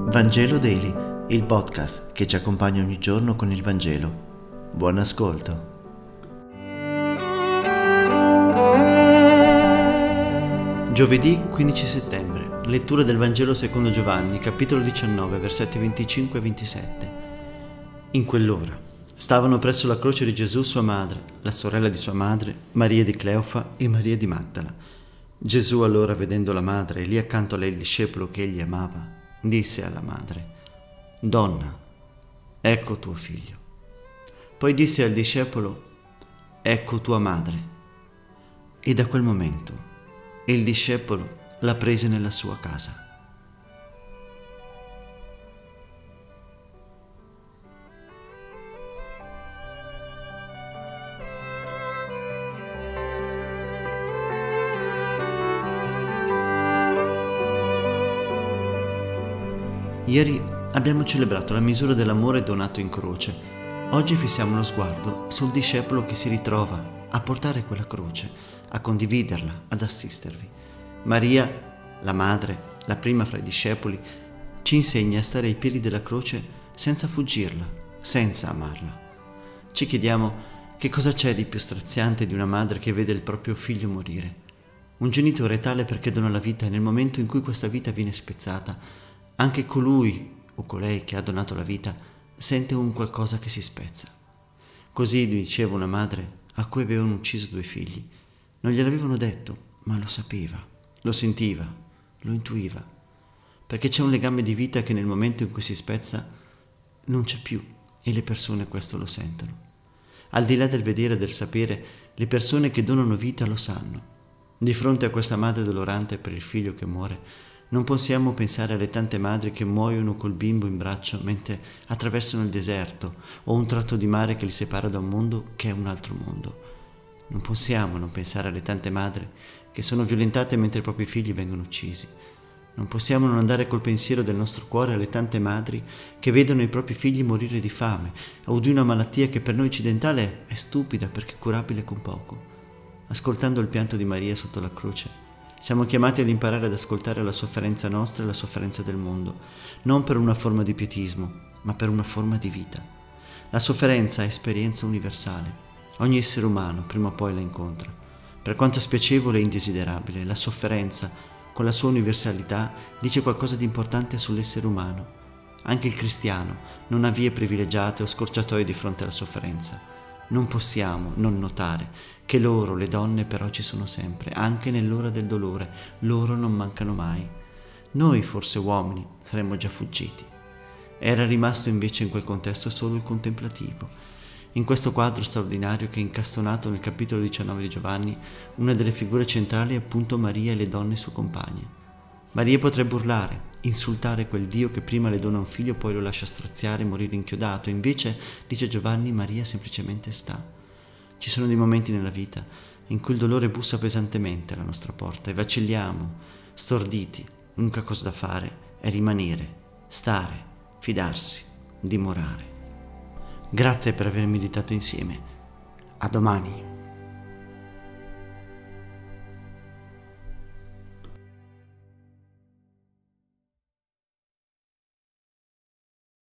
Vangelo Daily, il podcast che ci accompagna ogni giorno con il Vangelo. Buon ascolto. Giovedì 15 settembre, lettura del Vangelo secondo Giovanni, capitolo 19, versetti 25 e 27. In quell'ora stavano presso la croce di Gesù sua madre, la sorella di sua madre, Maria di Cleofa e Maria di Magdala. Gesù allora, vedendo la madre e lì accanto a lei il discepolo che egli amava, disse alla madre: «Donna, ecco tuo figlio». Poi disse al discepolo: «Ecco tua madre». E da quel momento il discepolo la prese nella sua casa. Ieri abbiamo celebrato la misura dell'amore donato in croce. Oggi fissiamo lo sguardo sul discepolo che si ritrova a portare quella croce, a condividerla, ad assistervi. Maria, la madre, la prima fra i discepoli, ci insegna a stare ai piedi della croce senza fuggirla, senza amarla. Ci chiediamo che cosa c'è di più straziante di una madre che vede il proprio figlio morire. Un genitore è tale perché dona la vita e nel momento in cui questa vita viene spezzata, anche colui o colei che ha donato la vita sente un qualcosa che si spezza. Così diceva una madre a cui avevano ucciso 2 figli. Non gliel'avevano detto, ma lo sapeva, lo sentiva, lo intuiva, perché c'è un legame di vita che nel momento in cui si spezza non c'è più e le persone questo lo sentono. Al di là del vedere e del sapere, le persone che donano vita lo sanno. Di fronte a questa madre dolorante per il figlio che muore, non possiamo pensare alle tante madri che muoiono col bimbo in braccio mentre attraversano il deserto o un tratto di mare che li separa da un mondo che è un altro mondo. Non possiamo non pensare alle tante madri che sono violentate mentre i propri figli vengono uccisi. Non possiamo non andare col pensiero del nostro cuore alle tante madri che vedono i propri figli morire di fame o di una malattia che per noi occidentali è stupida perché curabile con poco. Ascoltando il pianto di Maria sotto la croce, siamo chiamati ad imparare ad ascoltare la sofferenza nostra e la sofferenza del mondo, non per una forma di pietismo, ma per una forma di vita. La sofferenza è esperienza universale. Ogni essere umano prima o poi la incontra. Per quanto spiacevole e indesiderabile, la sofferenza, con la sua universalità, dice qualcosa di importante sull'essere umano. Anche il cristiano non ha vie privilegiate o scorciatoie di fronte alla sofferenza. Non possiamo non notare che loro, le donne, però ci sono sempre, anche nell'ora del dolore, loro non mancano mai. Noi, forse uomini, saremmo già fuggiti. Era rimasto invece in quel contesto solo il contemplativo. In questo quadro straordinario che è incastonato nel capitolo 19 di Giovanni, una delle figure centrali è appunto Maria e le donne sue compagne. Maria potrebbe urlare, insultare quel Dio che prima le dona un figlio poi lo lascia straziare e morire inchiodato, invece, dice Giovanni, Maria semplicemente sta. Ci sono dei momenti nella vita in cui il dolore bussa pesantemente alla nostra porta e vacilliamo, storditi. L'unica cosa da fare è rimanere, stare, fidarsi, dimorare. Grazie per aver meditato insieme. A domani.